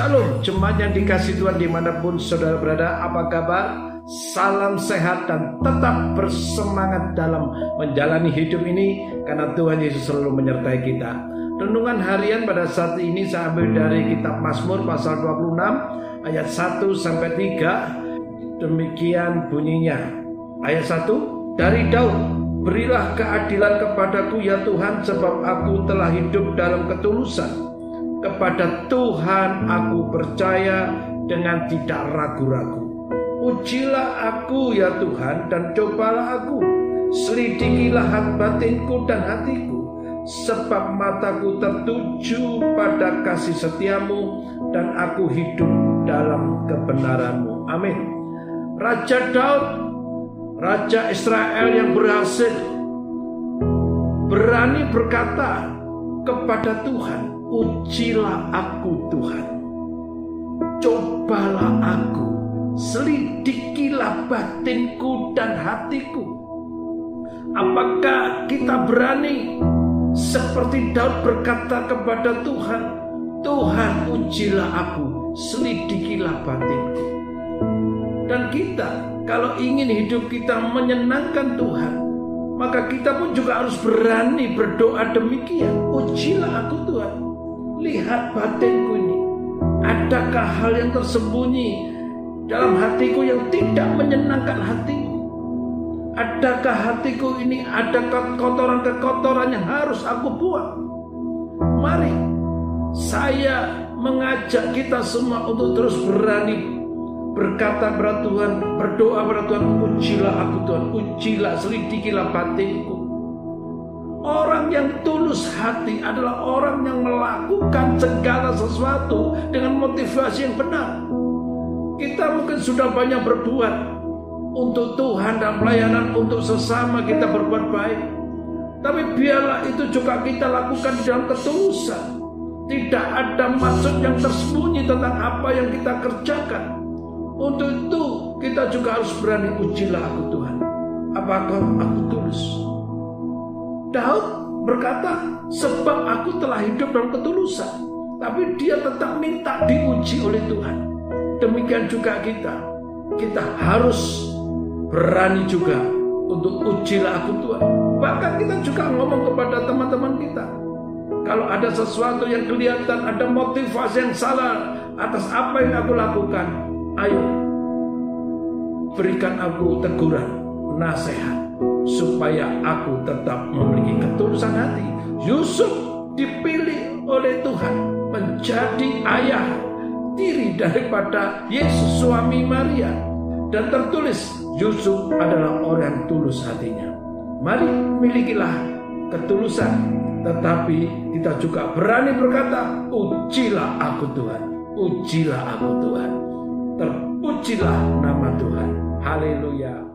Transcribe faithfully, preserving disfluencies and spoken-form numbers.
Shalom, jemaat yang dikasihi Tuhan dimanapun saudara berada, apa kabar? Salam sehat dan tetap bersemangat dalam menjalani hidup ini, karena Tuhan Yesus selalu menyertai kita. Renungan harian pada saat ini saya ambil dari kitab Mazmur pasal dua puluh enam ayat satu sampai tiga. Demikian bunyinya. Ayat satu, dari Daud, berilah keadilan kepadaku ya Tuhan, sebab aku telah hidup dalam ketulusan. Kepada Tuhan aku percaya dengan tidak ragu-ragu. Ujilah aku ya Tuhan dan cobalah aku. Selidikilah hati batinku dan hatiku, sebab mataku tertuju pada kasih setiamu dan aku hidup dalam kebenaranmu. Amin. Raja Daud, Raja Israel yang berhasil, berani berkata kepada Tuhan, ujilah aku Tuhan, cobalah aku, selidikilah batinku dan hatiku. Apakah kita berani seperti Daud berkata kepada Tuhan, Tuhan ujilah aku, selidikilah batinku. Dan kita kalau ingin hidup kita menyenangkan Tuhan, maka kita pun juga harus berani berdoa demikian. Ujilah aku Tuhan, lihat batinku ini, adakah hal yang tersembunyi dalam hatiku yang tidak menyenangkan hatimu? Adakah hatiku ini ada kekotoran-kekotoran yang harus aku buang? Mari saya mengajak kita semua untuk terus berani berkata kepada Tuhan, berdoa kepada Tuhan, ujilah aku Tuhan, ujilah, selidikilah batinku. Orang yang tulus hati adalah orang yang melakukan segala sesuatu dengan motivasi yang benar. Kita mungkin sudah banyak berbuat untuk Tuhan dan pelayanan, untuk sesama kita berbuat baik, tapi biarlah itu juga kita lakukan dalam ketulusan. Tidak ada maksud yang tersembunyi tentang apa yang kita kerjakan. Untuk itu kita juga harus berani, ujilah aku Tuhan, apakah aku tulus? Daud berkata, sebab aku telah hidup dalam ketulusan. Tapi dia tetap minta diuji oleh Tuhan. Demikian juga kita. Kita harus berani juga untuk ujilah aku Tuhan. Bahkan kita juga ngomong kepada teman-teman kita, kalau ada sesuatu yang kelihatan, ada motivasi yang salah atas apa yang aku lakukan, ayo berikan aku teguran, nasihat, supaya aku tetap memiliki ketulusan hati. Yusuf dipilih oleh Tuhan menjadi ayah tiri daripada Yesus suami Maria, dan tertulis Yusuf adalah orang yang tulus hatinya. Mari milikilah ketulusan, tetapi kita juga berani berkata, ujilah aku Tuhan, ujilah aku Tuhan. Terpujilah nama Tuhan. Haleluya.